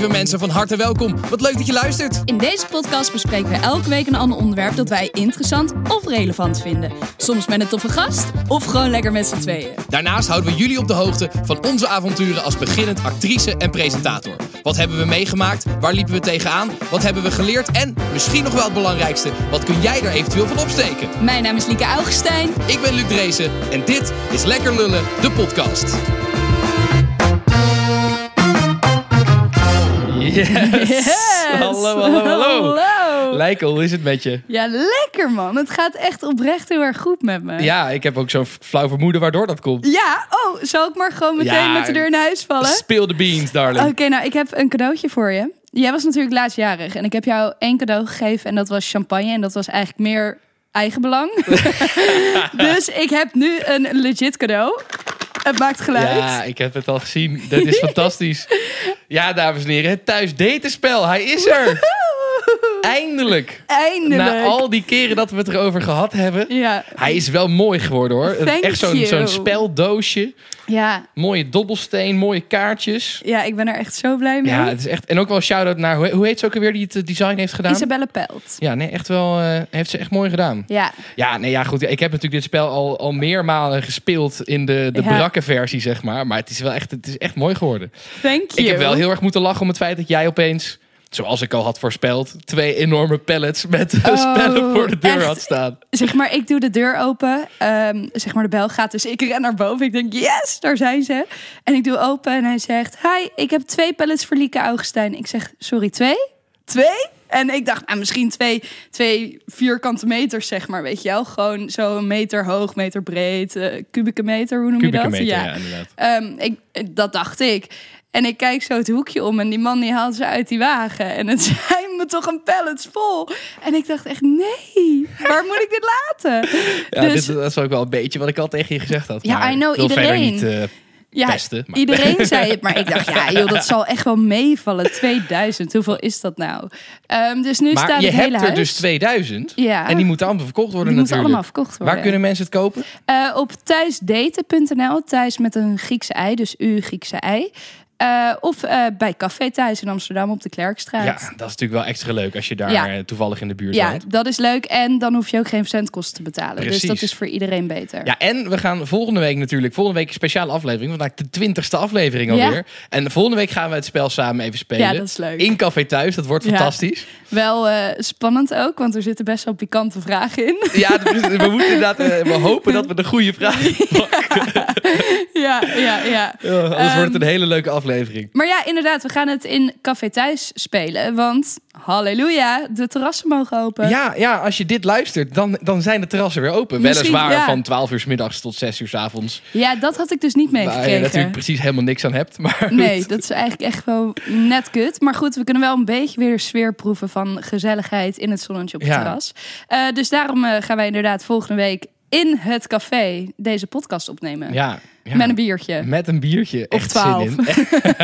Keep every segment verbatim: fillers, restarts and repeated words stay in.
Lieve mensen, van harte welkom. Wat leuk dat je luistert. In deze podcast bespreken we elke week een ander onderwerp dat wij interessant of relevant vinden. Soms met een toffe gast of gewoon lekker met z'n tweeën. Daarnaast houden we jullie op de hoogte van onze avonturen als beginnend actrice en presentator. Wat hebben we meegemaakt? Waar liepen we tegenaan? Wat hebben we geleerd? En misschien nog wel het belangrijkste, wat kun jij er eventueel van opsteken? Mijn naam is Lieke Augustijn. Ik ben Luc Dreesen en dit is Lekker Lullen, de podcast. Yes. Yes. Hallo, hallo, hallo. Hallo. Lijken, hoe is het met je? Ja, lekker man. Het gaat echt oprecht heel erg goed met me. Ja, ik heb ook zo'n flauw vermoeden waardoor dat komt. Ja, oh, zal ik maar gewoon meteen Ja, met de deur in huis vallen? Spill the beans, darling. Oké, nou, ik heb een cadeautje voor je. Jij was natuurlijk laatstjarig en ik heb jou één cadeau gegeven en dat was champagne. En dat was eigenlijk meer eigenbelang. Dus ik heb nu een legit cadeau. Het maakt geluid. Ja, ik heb het al gezien. Dat is fantastisch. Ja, dames en heren, het thuis datenspel. Hij is er. Eindelijk. Eindelijk. Na al die keren dat we het erover gehad hebben. Ja. Hij is wel mooi geworden hoor. Thank Echt zo'n, you. zo'n speldoosje. Ja. Mooie dobbelsteen, mooie kaartjes. Ja, ik ben er echt zo blij mee. Ja, het is echt. En ook wel een shout-out naar, hoe hoe heet ze ook alweer die het design heeft gedaan? Isabelle Pelt. Ja, nee, echt wel. Uh, heeft ze echt mooi gedaan. Ja. Ja, nee, ja, goed. Ik heb natuurlijk dit spel al, al meermalen gespeeld in de, de Ja. brakke versie, zeg maar. Maar het is wel echt, het is echt mooi geworden. Thank you. Ik heb wel heel erg moeten lachen om het feit dat jij opeens, zoals ik al had voorspeld, twee enorme pallets met Oh, spellen voor de deur echt? had staan. Zeg maar, ik doe de deur open. Um, zeg maar, de bel gaat, dus ik ren naar boven. Ik denk, yes, daar zijn ze. En ik doe open en hij zegt, hi, ik heb twee pallets voor Lieke Augustijn. Ik zeg, sorry, twee? Twee? En ik dacht, nou, misschien twee, twee vierkante meters, zeg maar, weet je wel. Gewoon zo een meter hoog, meter breed, uh, kubieke meter, hoe noem Kubieke je dat? meter, ja, inderdaad. Um, ik, dat dacht ik. En ik kijk zo het hoekje om en die man die haalt ze uit die wagen. En het zijn me toch een pallets vol. En ik dacht echt, nee, waar moet ik dit laten? Ja, dus, dit, dat is ook wel een beetje wat ik al tegen je gezegd had. Ja, maar I know, ik wil iedereen. verder niet uh, ja, pesten. Maar. Iedereen zei het, maar ik dacht, ja joh, dat zal echt wel meevallen. tweeduizend, hoeveel is dat nou? Um, dus nu Maar staat je het hele hebt er huis. dus tweeduizend. Ja. En die moeten allemaal verkocht worden Die moeten natuurlijk. allemaal verkocht worden. Waar kunnen mensen het kopen? Uh, op thuisdaten punt n l, thuis met een Griekse ei, dus U Griekse ei. Uh, of uh, bij Café Thuis in Amsterdam op de Klerkstraat. Ja, dat is natuurlijk wel extra leuk als je daar Ja. toevallig in de buurt Ja, woont. dat is leuk. En dan hoef je ook geen verzendkosten te betalen. Precies. Dus dat is voor iedereen beter. Ja, en we gaan volgende week natuurlijk, volgende week een speciale aflevering, vandaag de twintigste aflevering Ja. alweer. En volgende week gaan we het spel samen even spelen. Ja, dat is leuk. In Café Thuis, dat wordt Ja. fantastisch. Wel uh, spannend ook, want er zitten best wel pikante vragen in. Ja, we moeten inderdaad, uh, we hopen dat we de goede vragen pakken. Ja, ja, ja. Ja, anders Um, wordt het een hele leuke aflevering. Maar ja, inderdaad, we gaan het in Café Thuis spelen. Want, halleluja, de terrassen mogen open. Ja, ja, als je dit luistert, dan, dan zijn de terrassen weer open. Misschien, Weliswaar ja. van twaalf uur 's middags tot zes uur 's avonds. Ja, dat had ik dus niet Waar je meegekregen. natuurlijk precies helemaal niks aan hebt. Maar Nee, goed. dat is eigenlijk echt wel net kut. Maar goed, we kunnen wel een beetje weer de sfeer proeven van gezelligheid in het zonnetje op het Ja. terras. Uh, dus daarom uh, gaan wij inderdaad volgende week in het café deze podcast opnemen. Ja, ja. Met een biertje. Met een biertje. Of Echt twaalf. zin in.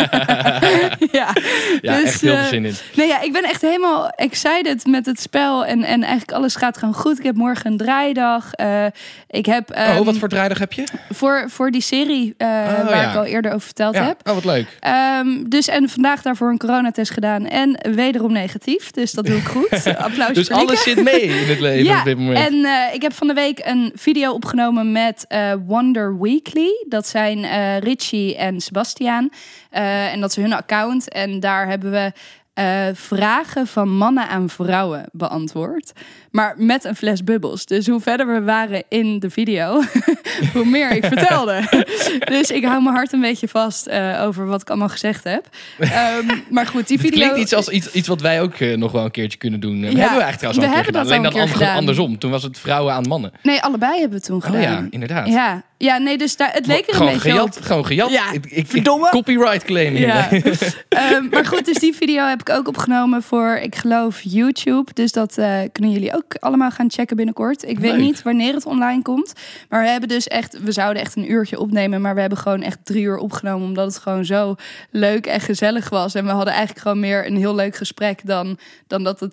Ja, Ja, dus, echt heel uh, veel zin in. Nee, ja, ik ben echt helemaal excited met het spel. En, en eigenlijk alles gaat gewoon goed. Ik heb morgen een draaidag. Uh, ik heb, um, Oh, wat voor draaidag heb je? voor, voor die serie uh, Oh, waar ja. ik al eerder over verteld Ja. heb. Oh, wat leuk. Um, dus en vandaag daarvoor een coronatest gedaan. En wederom negatief. Dus dat doe ik goed. Applaus Dus voor alles Lieke. zit mee in het leven Ja, op dit moment. en uh, ik heb van de week een video opgenomen met uh, Wonder Weekly. Dat zijn uh, Richie en Sebastiaan. Uh, en dat is hun account. En daar hebben we uh, vragen van mannen aan vrouwen beantwoord. Maar met een fles bubbels. Dus hoe verder we waren in de video, hoe meer ik vertelde. Dus ik hou mijn hart een beetje vast uh, over wat ik allemaal gezegd heb. Um, maar goed, die Het video... klinkt iets als iets, iets wat wij ook uh, nog wel een keertje kunnen doen. Uh, Ja, hebben we eigenlijk trouwens we al een keer hebben gedaan. dat Alleen al dan een keer ander- gedaan. andersom. Toen was het vrouwen aan mannen. Nee, allebei hebben we toen Oh gedaan. ja, inderdaad. Ja, ja nee, dus daar, het leek er een gewoon beetje gejat, op. Gewoon gejat. Ja, ik, ik, verdomme. ik copyright claim hier. Ja. um, maar goed, dus die video heb ik ook opgenomen voor, ik geloof, YouTube. Dus dat uh, kunnen jullie ook allemaal gaan checken binnenkort. Ik weet Leuk. niet wanneer het online komt. Maar we hebben dus echt, we zouden echt een uurtje opnemen. Maar we hebben gewoon echt drie uur opgenomen. Omdat het gewoon zo leuk en gezellig was. En we hadden eigenlijk gewoon meer een heel leuk gesprek dan, dan dat het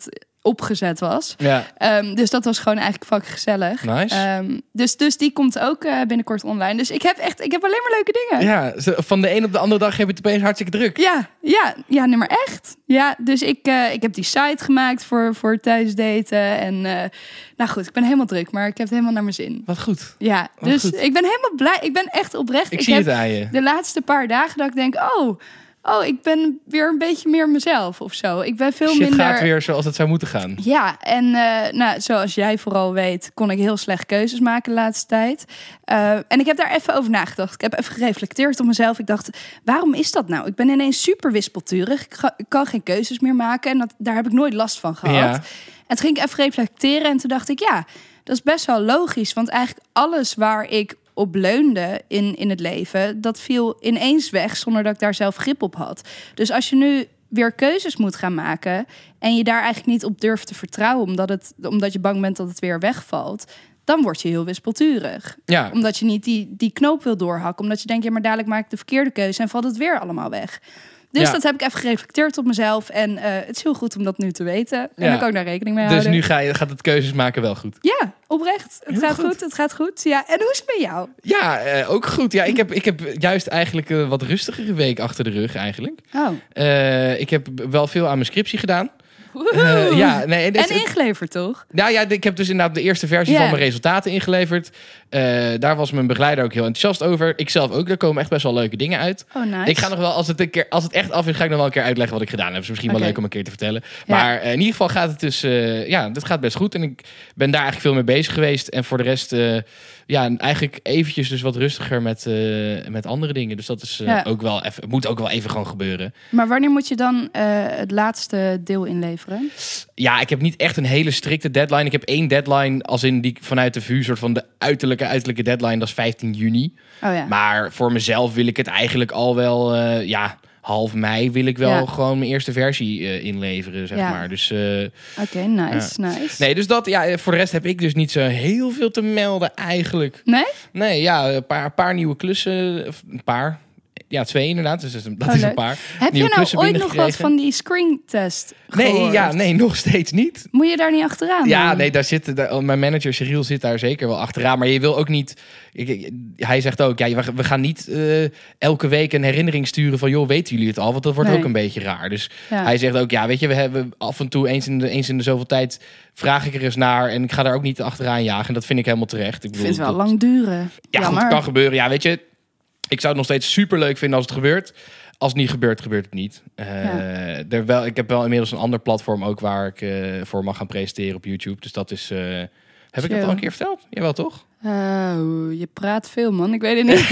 opgezet was. Ja. Um, dus dat was gewoon eigenlijk fucking gezellig. Nice. Um, dus, dus die komt ook uh, binnenkort online. Dus ik heb echt, ik heb alleen maar leuke dingen. Ja, zo van de een op de andere dag heb je het opeens hartstikke druk. Ja, ja, ja, nee, maar echt. Ja, dus ik, uh, ik heb die site gemaakt voor, voor thuisdaten. En uh, nou goed, ik ben helemaal druk, maar ik heb het helemaal naar mijn zin. Wat goed. Ja, Wat dus goed. ik ben helemaal blij. Ik ben echt oprecht. Ik, ik zie heb het aan je. de laatste paar dagen dat ik denk, oh, oh, ik ben weer een beetje meer mezelf of zo. Ik ben veel Shit minder. gaat weer zoals het zou moeten gaan. Ja, en uh, nou, zoals jij vooral weet, kon ik heel slecht keuzes maken de laatste tijd. Uh, en ik heb daar even over nagedacht. Ik heb even gereflecteerd op mezelf. Ik dacht, waarom is dat nou? Ik ben ineens super wispelturig. Ik, ga, ik kan geen keuzes meer maken en dat, daar heb ik nooit last van gehad. Ja. En toen ging ik even reflecteren en toen dacht ik, ja, dat is best wel logisch. Want eigenlijk alles waar ik op leunde in, in het leven, dat viel ineens weg zonder dat ik daar zelf grip op had. Dus als je nu weer keuzes moet gaan maken en je daar eigenlijk niet op durft te vertrouwen, omdat, het, omdat je bang bent dat het weer wegvalt, dan word je heel wispelturig. Ja. Omdat je niet die, die knoop wil doorhakken. Omdat je denkt, ja, maar dadelijk maak ik de verkeerde keuze en valt het weer allemaal weg. Dus Ja. dat heb ik even gereflecteerd op mezelf. En uh, het is heel goed om dat nu te weten. En Ja. daar kan ik daar rekening mee Dus houden. nu ga je, gaat het keuzes maken wel goed. Ja, oprecht. Het Heel gaat goed. goed. Het gaat goed. Ja. En hoe is het met jou? Ja, eh, ook goed. Ja, ik heb, ik heb juist eigenlijk een wat rustigere week achter de rug eigenlijk. Oh. Uh, ik heb wel veel aan mijn scriptie gedaan. Uh, ja, nee, dus, En ingeleverd, toch? Nou ja, ik heb dus inderdaad de eerste versie Ja. van mijn resultaten ingeleverd. Uh, daar was mijn begeleider ook heel enthousiast over. Ik zelf ook. Er komen echt best wel leuke dingen uit. Oh, nice. Ik ga nog wel, als het, een keer, als het echt af is, ga ik nog wel een keer uitleggen wat ik gedaan heb. Is misschien Oké. wel leuk om een keer te vertellen. Ja. Maar uh, in ieder geval gaat het dus, uh, ja, dat gaat best goed. En ik ben daar eigenlijk veel mee bezig geweest. En voor de rest, uh, ja, eigenlijk eventjes dus wat rustiger met, uh, met andere dingen. Dus dat is uh, Ja. ook wel even, moet ook wel even gewoon gebeuren. Maar wanneer moet je dan uh, het laatste deel inleveren? Ja, ik heb niet echt een hele strikte deadline. Ik heb één deadline, als in die vanuit de V U, soort van de uiterlijke, uiterlijke deadline, dat is vijftien juni. Oh ja. Maar voor mezelf wil ik het eigenlijk al wel, uh, ja, half mei wil ik wel Ja. gewoon mijn eerste versie uh, inleveren, zeg Ja. maar. Dus, uh, Oké, okay, nice, nice. nee, dus dat, ja, voor de rest heb ik dus niet zo heel veel te melden eigenlijk. Nee? Nee, ja, een paar, paar nieuwe klussen, of een paar. Ja, twee inderdaad. Dus dat is, dat Oh, is leuk. een paar. Heb nieuwe je nou klussen ooit nog wat binnengekregen. van die screentest Nee, gehoord? ja, nee, nog steeds niet. Moet je daar niet achteraan? Ja, dan? nee, daar zit, daar, mijn manager Cyril zit daar zeker wel achteraan. Maar je wil ook niet... Ik, ik- hij zegt ook, ja, we, we gaan niet uh, elke week een herinnering sturen van, joh, weten jullie het al? Want dat wordt Nee. ook een beetje raar. Dus Ja. hij zegt ook, ja, weet je, we hebben af en toe eens in, de, eens in de zoveel tijd vraag ik er eens naar. En ik ga daar ook niet achteraan jagen. En dat vind ik helemaal terecht. Ik Ik vind het wel dat- lang duren. Ja, goed, Jammer. het kan gebeuren. Ja, weet je, ik zou het nog steeds super leuk vinden als het gebeurt. Als het niet gebeurt, gebeurt het niet. Uh, Ja. er wel, ik heb wel inmiddels een ander platform ook waar ik uh, voor mag gaan presenteren op YouTube. Dus dat is... Uh, heb ik het Chill. al een keer verteld? Jawel, toch? Oh, je praat veel, man. Ik weet het niet.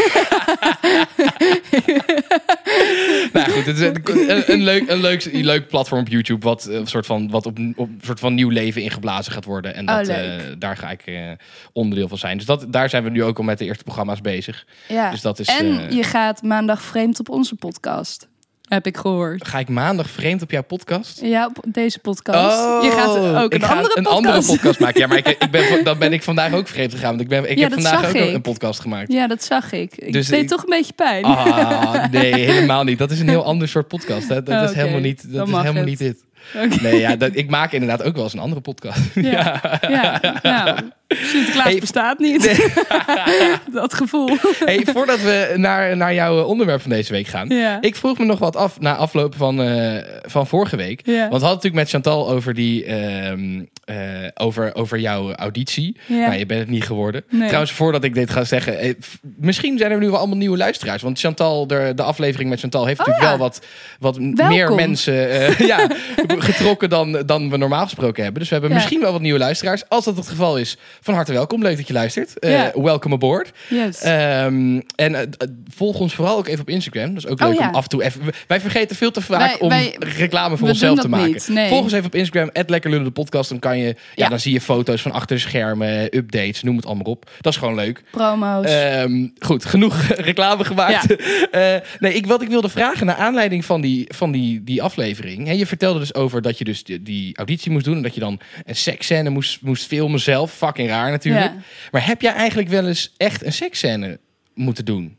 Nou goed, het is een, een, een, leuk, een, leuk, een leuk platform op YouTube... wat, uh, soort van, wat op, op een soort van nieuw leven ingeblazen gaat worden. En dat, Oh, uh, daar ga ik uh, onderdeel van zijn. Dus dat, daar zijn we nu ook al met de eerste programma's bezig. Ja. Dus dat is, en uh, je gaat maandag vreemd op onze podcast. Heb ik gehoord. Ga ik maandag vreemd op jouw podcast? Ja, op deze podcast. Oh, je gaat ook ik een ga andere een podcast. andere podcast maken. Ja, maar ik, ik ben, dan ben ik vandaag ook vreemd gegaan. Want ik, ben, ik Ja, heb dat vandaag zag ook nog ik. een podcast gemaakt. Ja, dat zag ik. Ik Dus deed ik- toch een beetje pijn. Ah, nee, helemaal niet. Dat is een heel ander soort podcast. Hè. Dat Oh, is oké. helemaal niet, Dan dat is mag helemaal het. niet dit. Oké. Nee, ja, dat, ik maak inderdaad ook wel eens een andere podcast. Ja. Ja, nou, Sinterklaas Hey, bestaat niet. Dat gevoel. Hey, voordat we naar, naar jouw onderwerp van deze week gaan. Ja. Ik vroeg me nog wat af na afloop van, uh, van vorige week. Ja. Want we hadden natuurlijk met Chantal over, die, ehm, uh, over, over jouw auditie. Ja. Nou, je bent het niet geworden. Nee. Trouwens, voordat ik dit ga zeggen. Eh, f- misschien zijn er nu wel allemaal nieuwe luisteraars. Want Chantal, de, de aflevering met Chantal heeft Oh, natuurlijk ja. wel wat, wat m- Welkom. meer mensen uh, ja, getrokken dan, dan we normaal gesproken hebben. Dus we hebben Ja. misschien wel wat nieuwe luisteraars. Als dat het geval is, van harte welkom. Leuk dat je luistert. Uh, Ja. Welcome aboard. Yes. Ehm, en uh, volg ons vooral ook even op Instagram. Dat is ook Oh, leuk ja. om af en toe even... Wij vergeten veel te vaak Wij- om wij- reclame voor we onszelf doen te dat maken. niet, nee. Volg ons even op Instagram, at Lekkerlullen de podcast. Dan kan je, ja, Ja. dan zie je foto's van achter de schermen, updates, noem het allemaal op. Dat is gewoon leuk. Promo's. Ehm, goed, genoeg reclame gemaakt. Eh, nee, ik, wat ik wilde vragen, naar aanleiding van die, van die, die aflevering. Hè, je vertelde dus over dat je dus die, die auditie moest doen. En dat je dan een seksscène moest, moest filmen zelf. Fucking raar natuurlijk. Ja. Maar heb jij eigenlijk wel eens echt een seksscène moeten doen?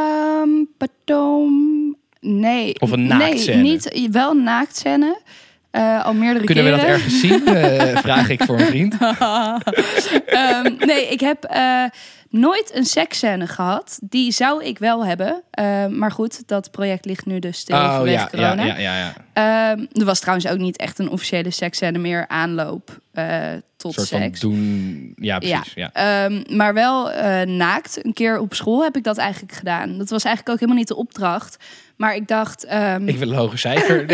Um, pardon. Nee. Of een naaktscène. Nee, niet, wel een naaktscène. Uh, al meerdere Kunnen keren. we dat ergens zien? Uh, vraag ik voor een vriend. um, nee, ik heb uh, nooit een seksscène gehad. Die zou ik wel hebben. Uh, maar goed, dat project ligt nu dus stil oh, vanwege ja, corona. Ja, ja, ja. Um, er was trouwens ook niet echt een officiële seksscène meer aanloop uh, tot een soort seks. Van doen... Ja, precies. Ja. Ja. Um, maar wel uh, naakt. Een keer op school heb ik dat eigenlijk gedaan. Dat was eigenlijk ook helemaal niet de opdracht. Maar ik dacht... Um... Ik wil een hoger cijfer.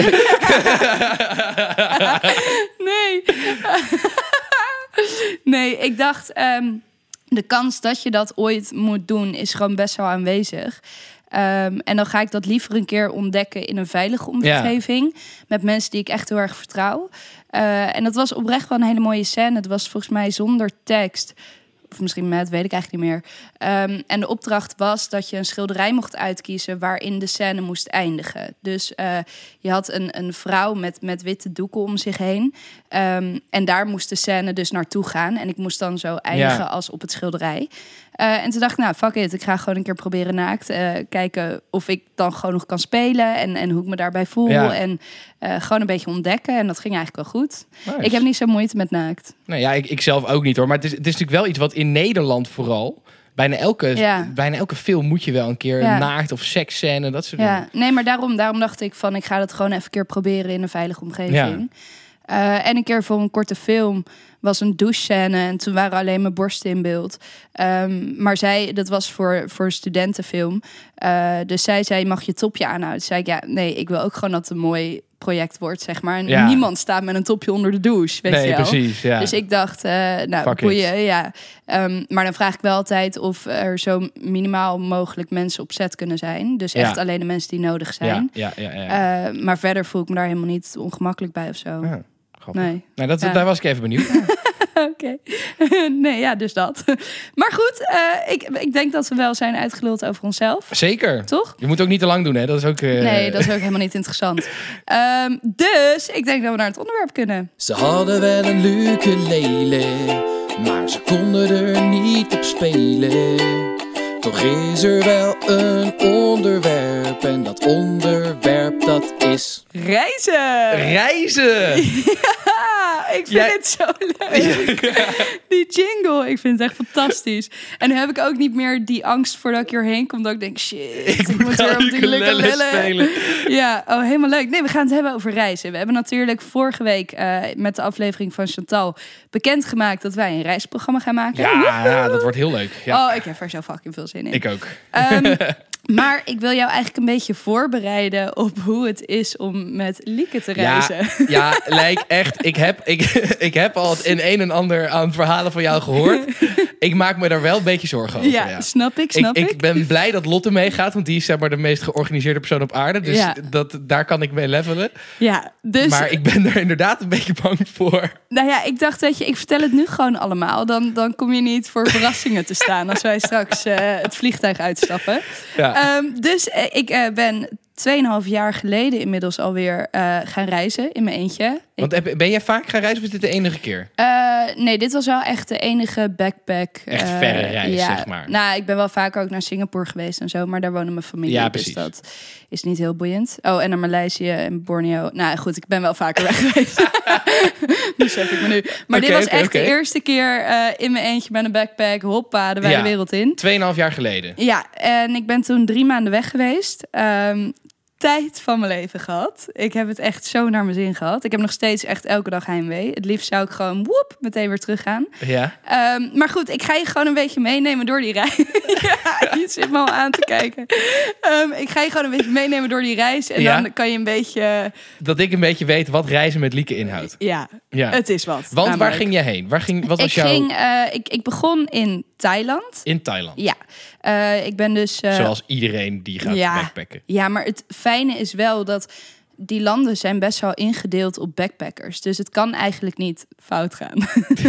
nee. nee, ik dacht... Um, de kans dat je dat ooit moet doen is gewoon best wel aanwezig. Um, en dan ga ik dat liever een keer ontdekken in een veilige omgeving. Ja. Met mensen die ik echt heel erg vertrouw. Uh, en dat was oprecht wel een hele mooie scène. Het was volgens mij zonder tekst. Of misschien met, weet ik eigenlijk niet meer. Um, en de opdracht was dat je een schilderij mocht uitkiezen waarin de scène moest eindigen. Dus uh, je had een, een vrouw met, met witte doeken om zich heen. Um, en daar moest de scène dus naartoe gaan. En ik moest dan zo eindigen ja. als op het schilderij. Uh, en toen dacht ik, nou, fuck it. Ik ga gewoon een keer proberen naakt. Uh, kijken of ik dan gewoon nog kan spelen. En, en hoe ik me daarbij voel. Ja. En uh, gewoon een beetje ontdekken. En dat ging eigenlijk wel goed. Nice. Ik heb niet zo moeite met naakt. Nou ja, ik, ik zelf ook niet hoor. Maar het is, het is natuurlijk wel iets wat in Nederland vooral... Bijna elke, ja. bijna elke film moet je wel een keer ja. naakt of seksscène. Dat soort ja. dingen. Nee, maar daarom, daarom dacht ik van... ik ga dat gewoon even een keer proberen in een veilige omgeving. Ja. Uh, en een keer voor een korte film... was een douchescène en toen waren alleen mijn borsten in beeld. Um, maar zij, dat was voor, voor een studentenfilm. Uh, dus zij zei, mag je topje aanhouden? Toen zei ik, ja, nee, ik wil ook gewoon dat het een mooi project wordt, zeg maar. En ja. niemand staat met een topje onder de douche, weet nee, je wel. Precies, ja. Dus ik dacht, uh, nou, boeien, ja. Um, maar dan vraag ik wel altijd of er zo minimaal mogelijk mensen op set kunnen zijn. Dus echt ja. alleen de mensen die nodig zijn. Ja, ja, ja, ja. Uh, maar verder voel ik me daar helemaal niet ongemakkelijk bij of zo. Ja. Nee. Nou, dat, ja. daar was ik even benieuwd. Oké. Okay. nee, ja, dus dat. Maar goed, uh, ik, ik denk dat we wel zijn uitgeluld over onszelf. Zeker. Toch? Je moet ook niet te lang doen, hè? Dat is ook... Uh... Nee, dat is ook helemaal niet interessant. Um, dus ik denk dat we naar het onderwerp kunnen. Ze hadden wel een ukulele, maar ze konden er niet op spelen. Toch is er wel een onderwerp en dat onderwerp dat is... Reizen! Reizen! Ja, ik vind ja. het zo leuk. Ja. Die jingle, ik vind het echt fantastisch. En nu heb ik ook niet meer die angst voordat ik hierheen kom. Dat ik denk, shit, ik, ik moet moet weer op die ukulele spelen. Ja, oh, helemaal leuk. Nee, we gaan het hebben over reizen. We hebben natuurlijk vorige week uh, met de aflevering van Chantal bekendgemaakt dat wij een reisprogramma gaan maken. Ja, ja dat wordt heel leuk. Ja. Oh, ik heb er zo fucking veel zin in. Ik ook. Um, maar ik wil jou eigenlijk een beetje voorbereiden op hoe het is om met Lieke te reizen. Ja, ja lijkt echt. Ik heb, ik, ik heb al het een en ander aan verhalen van jou gehoord. Ik maak me daar wel een beetje zorgen over. Ja, ja. snap ik, snap ik, ik. Ik ben blij dat Lotte meegaat, want die is zeg maar de meest georganiseerde persoon op aarde. Dus ja. dat, daar kan ik mee levelen. Ja, dus... Maar ik ben er inderdaad een beetje bang voor. Nou ja, ik dacht, weet je, ik vertel het nu gewoon allemaal. Dan, dan kom je niet voor verrassingen te staan als wij straks uh, het vliegtuig uitstappen. Ja. Um, dus uh, ik uh, ben tweeënhalf jaar geleden inmiddels alweer uh, gaan reizen in mijn eentje. Want ik... ben jij vaak gaan reizen of is dit de enige keer? Uh, nee, dit was wel echt de enige backpack. Echt uh, verre reis, ja. zeg maar. Nou, ik ben wel vaker ook naar Singapore geweest en zo, maar daar wonen mijn familie. Ja, dus dat is niet heel boeiend. Oh, en naar Maleisië en Borneo. Nou goed, ik ben wel vaker weg geweest. Dus heb ik me nu. Maar okay, dit was okay, echt okay. de eerste keer uh, in mijn eentje met een backpack. Hoppa, de wijde ja. wereld in. Tweeënhalf jaar geleden. Ja, en ik ben toen drie maanden weg geweest. Um, tijd van mijn leven gehad. Ik heb het echt zo naar mijn zin gehad. Ik heb nog steeds echt elke dag heimwee. Het liefst zou ik gewoon woep, meteen weer teruggaan. Ja. Um, maar goed, ik ga je gewoon een beetje meenemen door die reis. Ja, je zit me al aan te kijken. Um, ik ga je gewoon een beetje meenemen door die reis. En ja? dan kan je een beetje... Dat ik een beetje weet wat reizen met Lieke inhoudt. Ja, ja. Het is wat. Want namelijk. Waar ging je heen? Waar ging, wat was ik, jouw... ging, uh, ik, ik begon in Thailand. In Thailand? Ja. Uh, ik ben dus... Uh, Zoals iedereen die gaat ja, backpacken. Ja, maar het fijne is wel dat die landen zijn best wel ingedeeld op backpackers. Dus het kan eigenlijk niet fout gaan.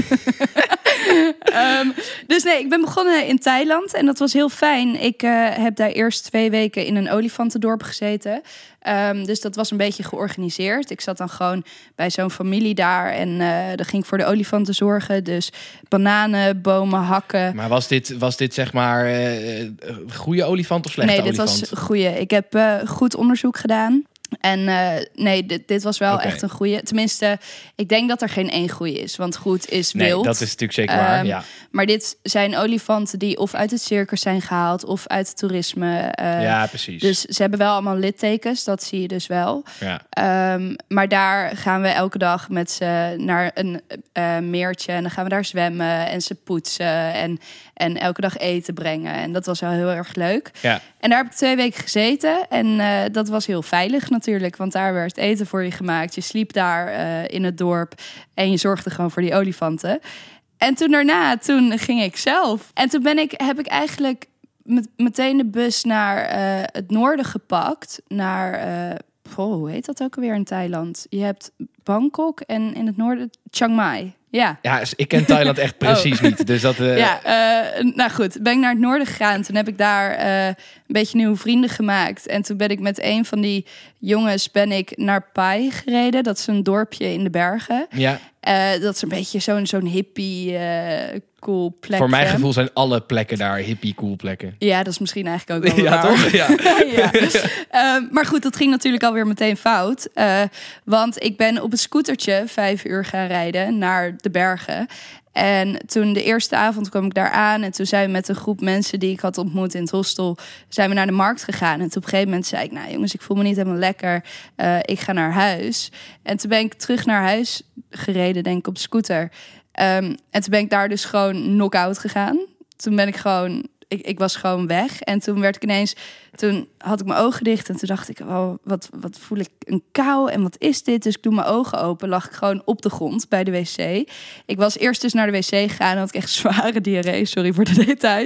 um, dus nee, ik ben begonnen in Thailand en dat was heel fijn. Ik uh, heb daar eerst twee weken in een olifantendorp gezeten. Um, dus dat was een beetje georganiseerd. Ik zat dan gewoon bij zo'n familie daar en uh, dan ging ik voor de olifanten zorgen. Dus bananen, bomen, hakken. Maar was dit, was dit zeg maar uh, goede olifant of slechte olifant? Nee, dit olifant? was goede. Ik heb uh, goed onderzoek gedaan. En uh, nee, dit, dit was wel okay. echt een goeie. Tenminste, ik denk dat er geen één goeie is. Want goed is wild. Nee, dat is natuurlijk zeker waar, um, ja. Maar dit zijn olifanten die of uit het circus zijn gehaald... of uit het toerisme. Uh, ja, precies. Dus ze hebben wel allemaal littekens, dat zie je dus wel. Ja. Um, maar daar gaan we elke dag met ze naar een uh, meertje... en dan gaan we daar zwemmen en ze poetsen... en, en elke dag eten brengen. En dat was wel heel erg leuk. Ja. En daar heb ik twee weken gezeten. En uh, dat was heel veilig natuurlijk. Want daar werd eten voor je gemaakt. Je sliep daar uh, in het dorp. En je zorgde gewoon voor die olifanten. En toen daarna, toen ging ik zelf. En toen ben ik, heb ik eigenlijk met, meteen de bus naar uh, het noorden gepakt. Naar, uh, oh, hoe heet dat ook alweer in Thailand? Je hebt Bangkok en in het noorden Chiang Mai. Ja. ja, ik ken Thailand echt precies oh. niet. Dus dat, uh... Ja, uh, nou goed. Ben ik naar het noorden gegaan. Toen heb ik daar uh, een beetje nieuwe vrienden gemaakt. En toen ben ik met een van die jongens ben ik naar Pai gereden. Dat is een dorpje in de bergen. Ja. Uh, dat is een beetje zo'n, zo'n hippie uh, cool plek. Voor mijn gevoel zijn alle plekken daar hippie cool plekken. Ja, dat is misschien eigenlijk ook wel ja, waar. Toch? Ja, ja. Uh, maar goed, dat ging natuurlijk alweer meteen fout. Uh, want ik ben op een scootertje vijf uur gaan rijden naar de bergen. En toen de eerste avond kwam ik daar aan. En toen zijn we met een groep mensen die ik had ontmoet in het hostel... zijn we naar de markt gegaan. En toen op een gegeven moment zei ik... nou jongens, ik voel me niet helemaal lekker. Uh, ik ga naar huis. En toen ben ik terug naar huis gereden, denk ik, op scooter. Um, en toen ben ik daar dus gewoon knock-out gegaan. Toen ben ik gewoon... Ik, ik was gewoon weg. En toen werd ik ineens... Toen had ik mijn ogen dicht en toen dacht ik... Oh, wat, wat voel ik een kou en wat is dit? Dus ik doe mijn ogen open. Lag ik gewoon op de grond bij de wc. Ik was eerst dus naar de wc gegaan. En had ik echt zware diarree. Sorry voor de details.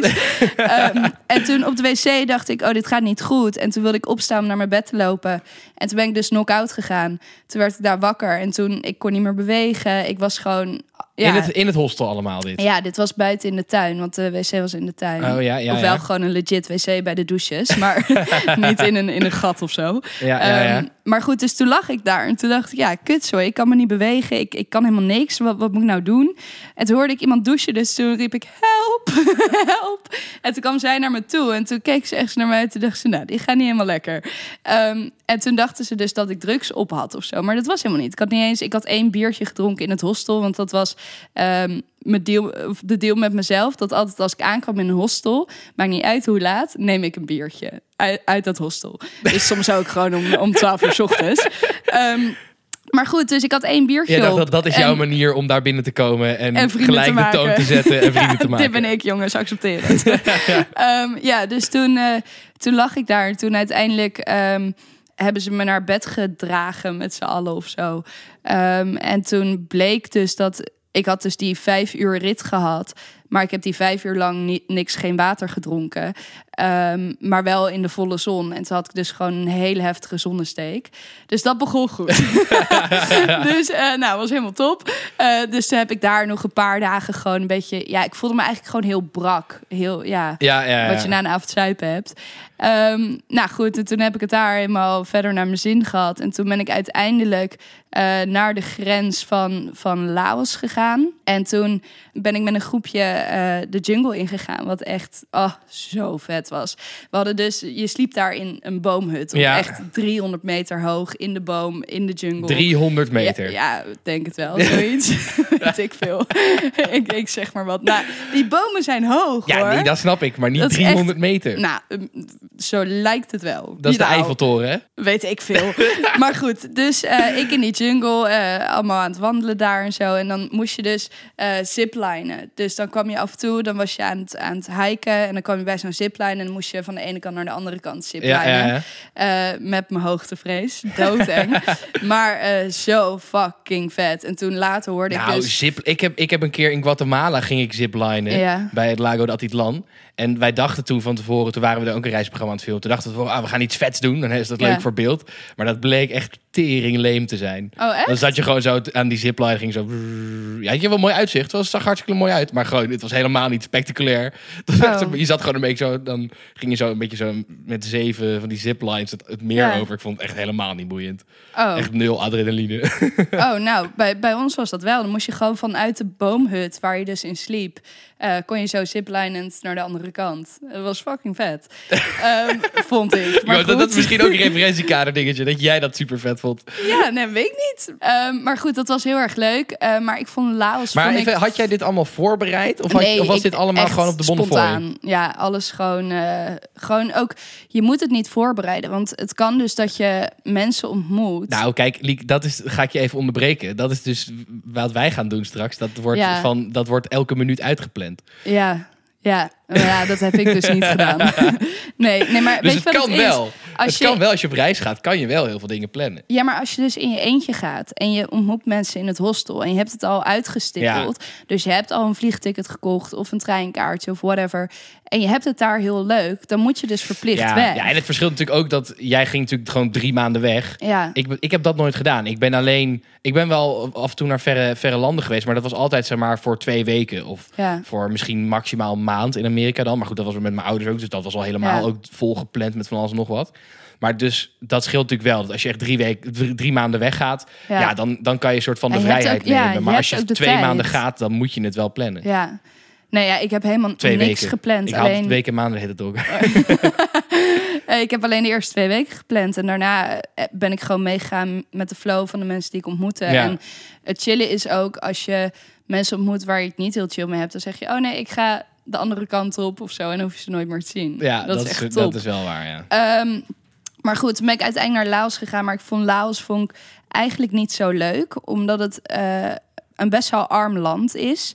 um, en toen op de wc dacht ik... Oh, dit gaat niet goed. En toen wilde ik opstaan om naar mijn bed te lopen. En toen ben ik dus knock-out gegaan. Toen werd ik daar wakker. En toen... Ik kon niet meer bewegen. Ik was gewoon... Ja. In, het, in het hostel allemaal dit? Ja, dit was buiten in de tuin. Want de wc was in de tuin. Oh, ja, ja, Ofwel ja. gewoon een legit wc bij de douches. Maar niet in een, in een gat of zo. Ja, ja, ja. Um, maar goed, dus toen lag ik daar. En toen dacht ik, ja, kut zo. Ik kan me niet bewegen. Ik, ik kan helemaal niks. Wat, wat moet ik nou doen? En toen hoorde ik iemand douchen. Dus toen riep ik, help, help. En toen kwam zij naar me toe. En toen keek ze echt naar mij. En toen dacht ze, nou, die gaat niet helemaal lekker. Um, en toen dachten ze dus dat ik drugs op had of zo. Maar dat was helemaal niet. Ik had niet eens... Ik had één biertje gedronken in het hostel. Want dat was... Um, mijn deal, de deal met mezelf, dat altijd als ik aankwam in een hostel, maakt niet uit hoe laat, neem ik een biertje uit, uit dat hostel. Dus soms ook gewoon om, om twaalf uur 's ochtends. Um, maar goed, dus ik had één biertje Je dacht op. dat dat is en, jouw manier om daar binnen te komen en, en gelijk te de toon te zetten en vrienden ja, te maken. Dit ben ik, jongens, accepteer het. ja. Um, ja, dus toen, uh, toen lag ik daar en toen uiteindelijk... Um, hebben ze me naar bed gedragen met z'n allen of zo. Um, en toen bleek dus dat... Ik had dus die vijf uur rit gehad. Maar ik heb die vijf uur lang niet, niks, geen water gedronken. Um, maar wel in de volle zon. En toen had ik dus gewoon een hele heftige zonnesteek. Dus dat begon goed. dus uh, nou, was helemaal top. Uh, dus toen heb ik daar nog een paar dagen gewoon een beetje... Ja, ik voelde me eigenlijk gewoon heel brak. Heel, ja, ja, ja, ja. Wat je na een avond zuipen hebt. Um, nou goed, en toen heb ik het daar helemaal verder naar mijn zin gehad. En toen ben ik uiteindelijk uh, naar de grens van, van Laos gegaan. En toen ben ik met een groepje uh, de jungle ingegaan. Wat echt oh, zo vet was. We hadden dus, je sliep daar in een boomhut. Ja. Echt driehonderd meter hoog in de boom, in de jungle. driehonderd meter? Ja, ja denk het wel, zoiets. Weet ik veel. ik, ik zeg maar wat. Nou, die bomen zijn hoog, ja, hoor. nee, dat snap ik. Maar niet dat driehonderd echt, meter. Nou, zo lijkt het wel. Dat is nou, de Eiffeltoren, hè? Weet ik veel. Maar goed, dus uh, ik in die jungle, uh, allemaal aan het wandelen daar en zo. En dan moest je dus uh, ziplinen. Dus dan kwam je af en toe, dan was je aan het, aan het hiken. En dan kwam je bij zo'n zipline en dan moest je van de ene kant naar de andere kant ziplinen. Ja, ja, ja. Uh, met mijn hoogtevrees. Doodeng. Maar uh, zo fucking vet. En toen later hoorde nou, ik dus... Zip, ik, heb, ik heb een keer in Guatemala ging ik ziplinen. Ja. Bij het Lago de Atitlan. En wij dachten toen van tevoren, toen waren we er ook een reisprogramma aan het filmen. Toen dachten we, ah, we gaan iets vets doen. Dan is dat leuk ja. voor beeld. Maar dat bleek echt tering leem te zijn. Oh, echt? Dan zat je gewoon zo aan die zipline, ging zo... Ja, had je wel mooi uitzicht. Het zag hartstikke mooi uit. Maar gewoon, het was helemaal niet spectaculair. Oh. Je zat gewoon een beetje zo... Dan ging je zo een beetje zo met zeven van die ziplines het, het meer Ja. over. Ik vond het echt helemaal niet boeiend. Oh, Echt nul adrenaline. oh nou, bij, bij ons was dat wel. Dan moest je gewoon vanuit de boomhut waar je dus in sliep... Uh, kon je zo ziplinend naar de andere kant. Dat was fucking vet. um, vond ik. Maar Ja, dat, dat goed. is misschien ook een referentiekader dingetje. Dat jij dat super vet vond. Ja, nee, weet ik niet. Um, maar goed, dat was heel erg leuk. Uh, maar ik vond Laos... Maar vond even, ik... had jij dit allemaal voorbereid? Of, had, Nee, of was ik- dit allemaal echt gewoon op de bonnefoy? spontaan. Ja, alles gewoon... Uh, gewoon ook... Je moet het niet voorbereiden. Want het kan dus dat je mensen ontmoet. Nou, kijk, Liek, dat is, ga ik je even onderbreken. Dat is dus wat wij gaan doen straks. Dat wordt, Ja. van, dat wordt elke minuut uitgepland. Ja, ja. Maar ja, dat heb ik dus niet gedaan. nee, nee, maar Dus weet het je wat kan het is? wel. Als Het je, kan wel. Als je op reis gaat, kan je wel heel veel dingen plannen. Ja, maar als je dus in je eentje gaat en je ontmoet mensen in het hostel en je hebt het al uitgestippeld, dus je hebt al een vliegticket gekocht of een treinkaartje of whatever, en je hebt het daar heel leuk, dan moet je dus verplicht Ja, weg. ja, en het verschilt natuurlijk ook dat jij ging natuurlijk gewoon drie maanden weg. Ja. Ik, ik heb dat nooit gedaan. Ik ben alleen... Ik ben wel af en toe naar verre, verre landen geweest, maar dat was altijd zeg maar voor twee weken. Of Ja. voor misschien maximaal een maand in Amerika dan. Maar goed, dat was met mijn ouders ook. Dus dat was al helemaal Ja. ook volgepland met van alles en nog wat. Maar dus dat scheelt natuurlijk wel. Dat als je echt drie, weken, drie, drie maanden weggaat, ja. Ja. dan, dan kan je een soort van de En je hebt vrijheid ook- ja, nemen. je Maar als hebt je ook de twee tijd. maanden gaat, dan moet je het wel plannen. Ja. Nee, ja, ik heb helemaal Twee niks weken. gepland. Ik haal alleen... weken en maanden heet het ook. Eh, ik heb alleen de eerste twee weken gepland. En daarna eh, ben ik gewoon meegegaan met de flow van de mensen die ik ontmoette. Ja. En het chillen is ook als je mensen ontmoet waar je het niet heel chill mee hebt. Dan zeg je, oh nee, ik ga de andere kant op of zo. En dan hoef je ze nooit meer te zien. Ja, dat, dat, is echt is, top. dat is wel waar, ja. Um, maar goed, toen ben ik uiteindelijk naar Laos gegaan. Maar ik vond Laos vond ik eigenlijk niet zo leuk. Omdat het uh, een best wel arm land is.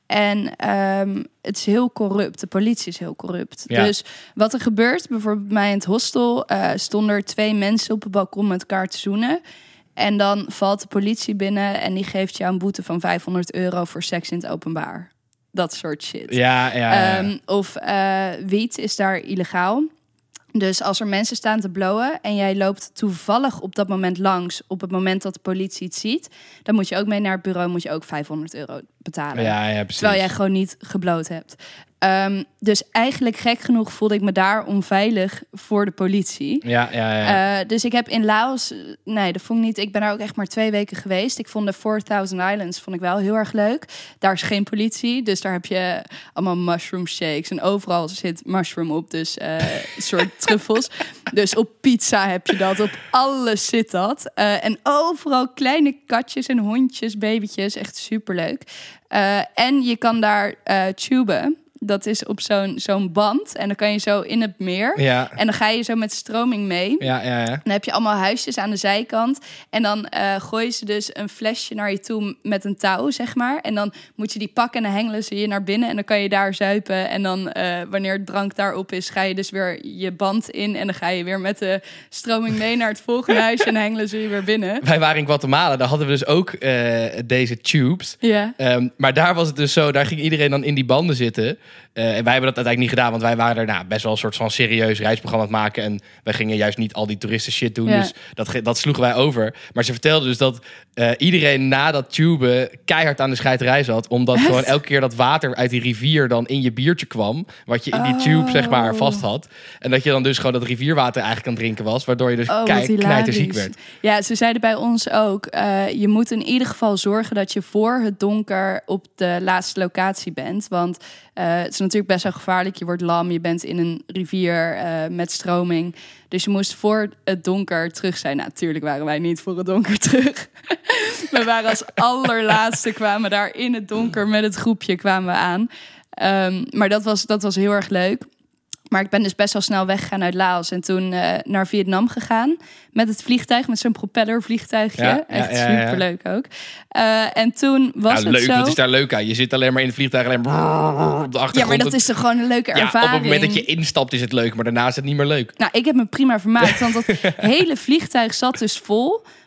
En um, het is heel corrupt. De politie is heel corrupt. Ja. Dus wat er gebeurt, bijvoorbeeld bij mij in het hostel... Uh, stonden er twee mensen op het balkon met elkaar te zoenen. En dan valt de politie binnen... en die geeft jou een boete van vijfhonderd euro voor seks in het openbaar. Dat soort shit. Ja, ja, ja. Um, of uh, wiet is daar illegaal. Dus als er mensen staan te blowen en jij loopt toevallig op dat moment langs, op het moment dat de politie het ziet, dan moet je ook mee naar het bureau, moet je ook vijfhonderd euro betalen. Ja, ja, precies. Terwijl jij gewoon niet gebloot hebt. Um, dus eigenlijk gek genoeg voelde ik me daar onveilig voor de politie. Ja, ja, ja. Uh, dus ik heb in Laos, nee, dat vond ik niet. Ik ben daar ook echt maar twee weken geweest. Ik vond de four thousand Islands vond ik wel heel erg leuk. Daar is geen politie, dus daar heb je allemaal mushroom shakes en overal zit mushroom op, dus uh, een soort truffels. Dus op pizza heb je dat, op alles zit dat. Uh, en overal kleine katjes en hondjes, babytjes, echt superleuk. Uh, en je kan daar uh, tuben. Dat is op zo'n zo'n band. En dan kan je zo in het meer. Ja. En dan ga je zo met stroming mee. Ja, ja, ja. Dan heb je allemaal huisjes aan de zijkant. En dan uh, gooien ze dus een flesje naar je toe met een touw, zeg maar. En dan moet je die pakken en dan hengelen ze je naar binnen. En dan kan je daar zuipen. En dan, uh, wanneer het drank daarop is, ga je dus weer je band in. En dan ga je weer met de stroming mee naar het volgende huisje. En dan hengelen ze je weer binnen. Wij waren in Guatemala, daar hadden we dus ook uh, deze tubes. Ja. Um, maar daar was het dus zo, daar ging iedereen dan in die banden zitten. Uh, en wij hebben dat uiteindelijk niet gedaan, want wij waren er nou, best wel een soort van serieus reisprogramma aan het maken. En wij gingen juist niet al die toeristen shit doen. Ja. Dus dat, dat sloegen wij over. Maar ze vertelden dus dat uh, iedereen na dat tuben keihard aan de scheiterij zat. Omdat Echt? gewoon elke keer dat water uit die rivier dan in je biertje kwam. Wat je in die Oh. tube zeg maar vast had. En dat je dan dus gewoon dat rivierwater eigenlijk aan het drinken was. Waardoor je dus Oh, kei, wat knijterziek hilarisch. werd. Ja, ze zeiden bij ons ook, uh, je moet in ieder geval zorgen dat je voor het donker op de laatste locatie bent. Want uh, het is natuurlijk best wel gevaarlijk. Je wordt lam, je bent in een rivier uh, met stroming. Dus je moest voor het donker terug zijn. Nou, natuurlijk waren wij niet voor het donker terug. We waren als allerlaatste, kwamen daar in het donker met het groepje kwamen we aan. Um, maar dat was, dat was heel erg leuk. Maar ik ben dus best wel snel weggegaan uit Laos. En toen uh, naar Vietnam gegaan. Met het vliegtuig, met zo'n propellervliegtuigje. Ja, ja, Echt ja, ja. superleuk ook. Uh, en toen was Nou, het leuk, zo... wat is daar leuk aan? Je zit alleen maar in het vliegtuig, alleen maar op de achtergrond. Ja, maar dat is toch gewoon een leuke Ja, ervaring. op het moment dat je instapt is het leuk, maar daarna is het niet meer leuk. Nou, ik heb me prima vermaakt. Want dat hele vliegtuig zat dus vol.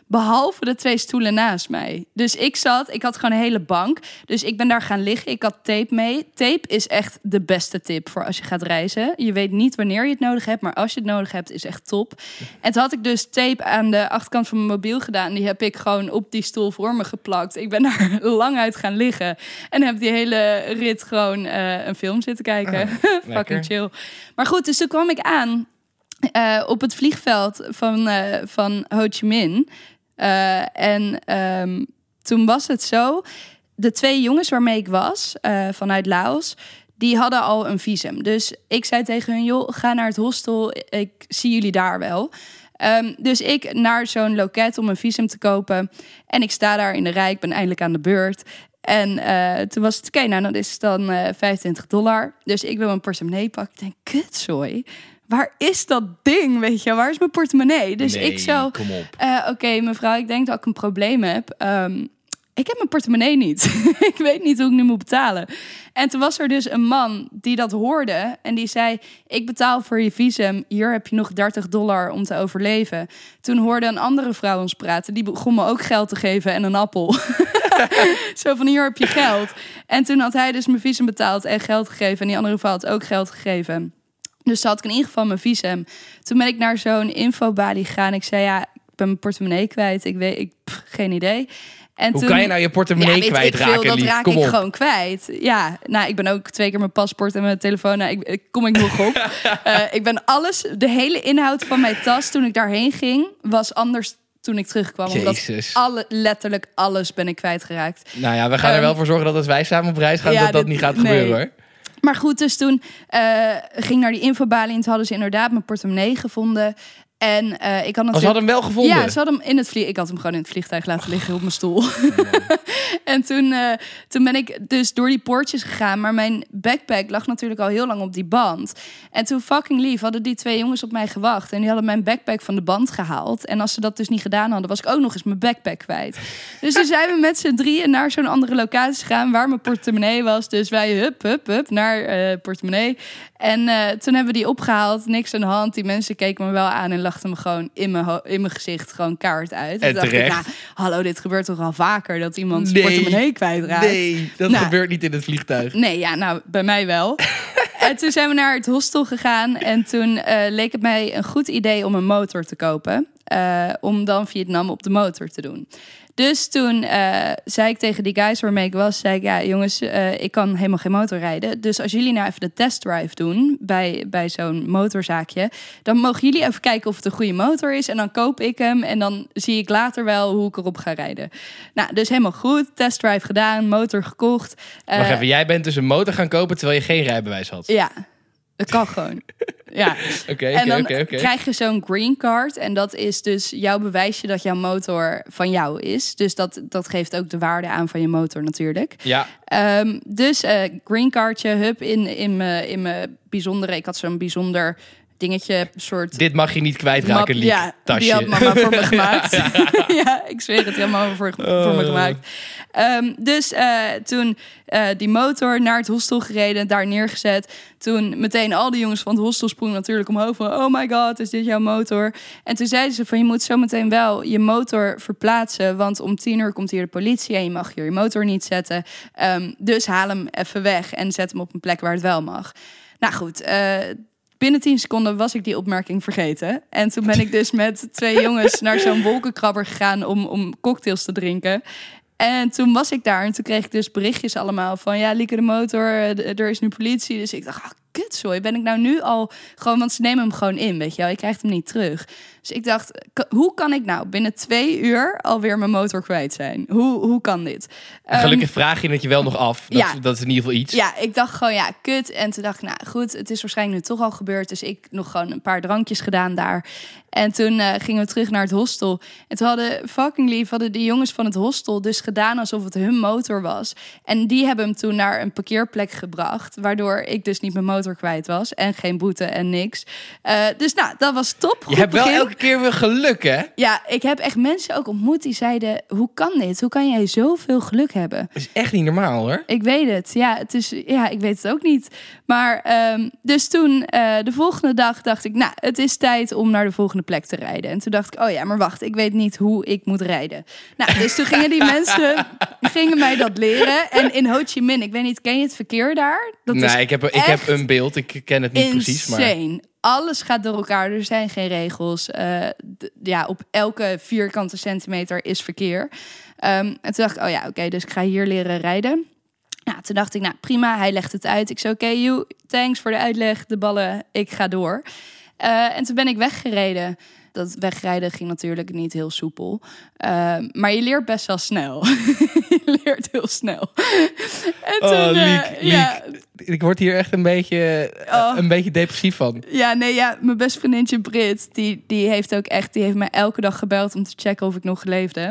Behalve de twee stoelen naast mij. Dus ik zat, ik had gewoon een hele bank. Dus ik ben daar gaan liggen. Ik had tape mee. Tape is echt de beste tip voor als je gaat reizen. Je weet niet wanneer je het nodig hebt, maar als je het nodig hebt, is echt top. En toen had ik dus tape aan de achterkant van mijn mobiel gedaan. Die heb ik gewoon op die stoel voor me geplakt. Ik ben daar lang uit gaan liggen. En heb die hele rit gewoon uh, een film zitten kijken. Uh, Fucking chill. Maar goed, dus toen kwam ik aan uh, op het vliegveld van, uh, van Ho Chi Minh. Uh, en um, toen was het zo, de twee jongens waarmee ik was, uh, vanuit Laos, die hadden al een visum. Dus ik zei tegen hun, joh, ga naar het hostel, ik zie jullie daar wel. Um, dus ik naar zo'n loket om een visum te kopen. En ik sta daar in de rij, ik ben eindelijk aan de beurt. En uh, toen was het, oké, okay, nou dan is het dan uh, vijfentwintig dollar. Dus ik wil mijn portemonnee pakken. Ik denk, kutzooi. Waar is dat ding, weet je? Waar is mijn portemonnee? Dus nee, ik zo, kom op. Uh, oké, okay, mevrouw, ik denk dat ik een probleem heb. Um, ik heb mijn portemonnee niet. Ik weet niet hoe ik nu moet betalen. En toen was er dus een man die dat hoorde. En die zei, ik betaal voor je visum. Hier heb je nog dertig dollar om te overleven. Toen hoorde een andere vrouw ons praten. Die begon me ook geld te geven en een appel. Zo van, hier heb je geld. En toen had hij dus mijn visum betaald en geld gegeven. En die andere vrouw had ook geld gegeven. Dus toen had ik in ieder geval mijn visum. Toen ben ik naar zo'n infobalie gegaan. Ik zei, ja, ik ben mijn portemonnee kwijt. Ik weet, ik pff, geen idee. En Hoe toen, kan je nou je portemonnee ja, kwijtraken, Dat lief? raak Kom ik op. gewoon kwijt. Ja, nou, ik ben ook twee keer mijn paspoort en mijn telefoon. Nou, ik, ik kom ik nog op. uh, ik ben alles, de hele inhoud van mijn tas toen ik daarheen ging, was anders toen ik terugkwam. Jezus. Omdat alle, letterlijk alles ben ik kwijtgeraakt. Nou ja, we gaan er Um, wel voor zorgen dat als wij samen op reis gaan, ja, dat dat dit- niet gaat nee. gebeuren, hoor. Maar goed, dus toen uh, ging naar die infobalie en toen hadden ze inderdaad mijn portemonnee gevonden. En uh, ik had natuurlijk... Oh, ze hadden hem wel gevonden? Ja, ze hadden hem in het vlieg. Ik had hem gewoon in het vliegtuig laten liggen op mijn stoel. En toen, uh, toen ben ik dus door die poortjes gegaan. Maar mijn backpack lag natuurlijk al heel lang op die band. En toen fucking lief hadden die twee jongens op mij gewacht. En die hadden mijn backpack van de band gehaald. En als ze dat dus niet gedaan hadden, was ik ook nog eens mijn backpack kwijt. Dus toen zijn we met z'n drieën naar zo'n andere locatie gegaan waar mijn portemonnee was. Dus wij hup, hup, hup naar uh, portemonnee. En uh, toen hebben we die opgehaald. Niks aan de hand. Die mensen keken me wel aan en lachten me gewoon in mijn, ho- in mijn gezicht gewoon kaart uit. En toen dacht terecht. ik, nou, hallo, dit gebeurt toch al vaker dat iemand zijn Nee. portemonnee kwijtraakt. Nee, dat Nou, gebeurt niet in het vliegtuig. Nee, ja, nou, bij mij wel. En toen zijn we naar het hostel gegaan. En toen uh, leek het mij een goed idee om een motor te kopen. Uh, om dan Vietnam op de motor te doen. Dus toen uh, zei ik tegen die guys waarmee ik was, zei ik, ja jongens, uh, ik kan helemaal geen motor rijden. Dus als jullie nou even de testdrive doen bij, bij zo'n motorzaakje, dan mogen jullie even kijken of het een goede motor is. En dan koop ik hem en dan zie ik later wel hoe ik erop ga rijden. Nou, dus helemaal goed. Testdrive gedaan, motor gekocht. Uh, Wacht even, jij bent dus een motor gaan kopen terwijl je geen rijbewijs had. Ja, dat kan gewoon. Ja. Oké, En oké, dan oké, oké. krijg je zo'n green card. En dat is dus jouw bewijsje dat jouw motor van jou is. Dus dat, dat geeft ook de waarde aan van je motor natuurlijk. Ja, Um, dus uh, green cardje, hup, in, in mijn in mijn bijzondere... Ik had zo'n bijzonder dingetje, soort... dit mag je niet kwijtraken, lief. Ja, tasje. die had mama voor me gemaakt. Ja, ik zweer het, die had mama voor, voor me gemaakt. Um, dus uh, toen uh, die motor naar het hostel gereden, daar neergezet. Toen meteen al die jongens van het hostel sprongen natuurlijk omhoog van, oh my god, is dit jouw motor? En toen zeiden ze van, je moet zo meteen wel je motor verplaatsen, want om tien uur komt hier de politie en je mag hier je motor niet zetten. Um, dus haal hem even weg en zet hem op een plek waar het wel mag. Nou goed, uh, binnen tien seconden was ik die opmerking vergeten. En toen ben ik dus met twee jongens naar zo'n wolkenkrabber gegaan om, om cocktails te drinken. En toen was ik daar en toen kreeg ik dus berichtjes allemaal van, ja, Lieke de motor, er is nu politie. Dus ik dacht, ah, kutzooi, ben ik nou nu al gewoon, want ze nemen hem gewoon in, weet je wel, je krijgt hem niet terug. Dus ik dacht, k- hoe kan ik nou binnen twee uur alweer mijn motor kwijt zijn? Hoe, hoe kan dit? Gelukkig Um, vraag je het je wel nog af. Dat, ja. dat is in ieder geval iets. Ja, ik dacht gewoon, ja, kut. En toen dacht ik, nou goed, het is waarschijnlijk nu toch al gebeurd. Dus ik nog gewoon een paar drankjes gedaan daar. En toen uh, gingen we terug naar het hostel. En toen hadden, fucking lief, hadden die jongens van het hostel dus gedaan alsof het hun motor was. En die hebben hem toen naar een parkeerplek gebracht. Waardoor ik dus niet mijn motor motor kwijt was. En geen boete en niks. Uh, dus nou, dat was top. Je Goed hebt wel begin. elke keer weer geluk, hè? Ja, ik heb echt mensen ook ontmoet die zeiden... hoe kan dit? Hoe kan jij zoveel geluk hebben? Dat is echt niet normaal, hoor. Ik weet het. Ja, het is, ja ik weet het ook niet. Maar um, dus toen, uh, de volgende dag dacht ik... nou, het is tijd om naar de volgende plek te rijden. En toen dacht ik, oh ja, maar wacht, ik weet niet hoe ik moet rijden. Nou, dus toen gingen die mensen gingen mij dat leren. En in Ho Chi Minh, ik weet niet, ken je het verkeer daar? Dat nee, is ik heb, ik heb een beeld. Ik ken het niet insane. precies, maar... Alles gaat door elkaar. Er zijn geen regels. Uh, d- ja, op elke vierkante centimeter is verkeer. Um, en toen dacht ik, oh ja, oké, okay, dus ik ga hier leren rijden. Nou, toen dacht ik, nou prima, hij legt het uit. Ik zei, oké, okay, you, thanks voor de uitleg, de ballen, ik ga door. Uh, en toen ben ik weggereden. Dat wegrijden ging natuurlijk niet heel soepel. Uh, maar je leert best wel snel. je leert heel snel. En oh, toen, uh, Liek, Liek. Ja, ik word hier echt een beetje, oh. een beetje depressief van. Ja, nee, ja, mijn beste vriendinnetje Brit, die, die heeft ook echt, die heeft mij elke dag gebeld om te checken of ik nog leefde.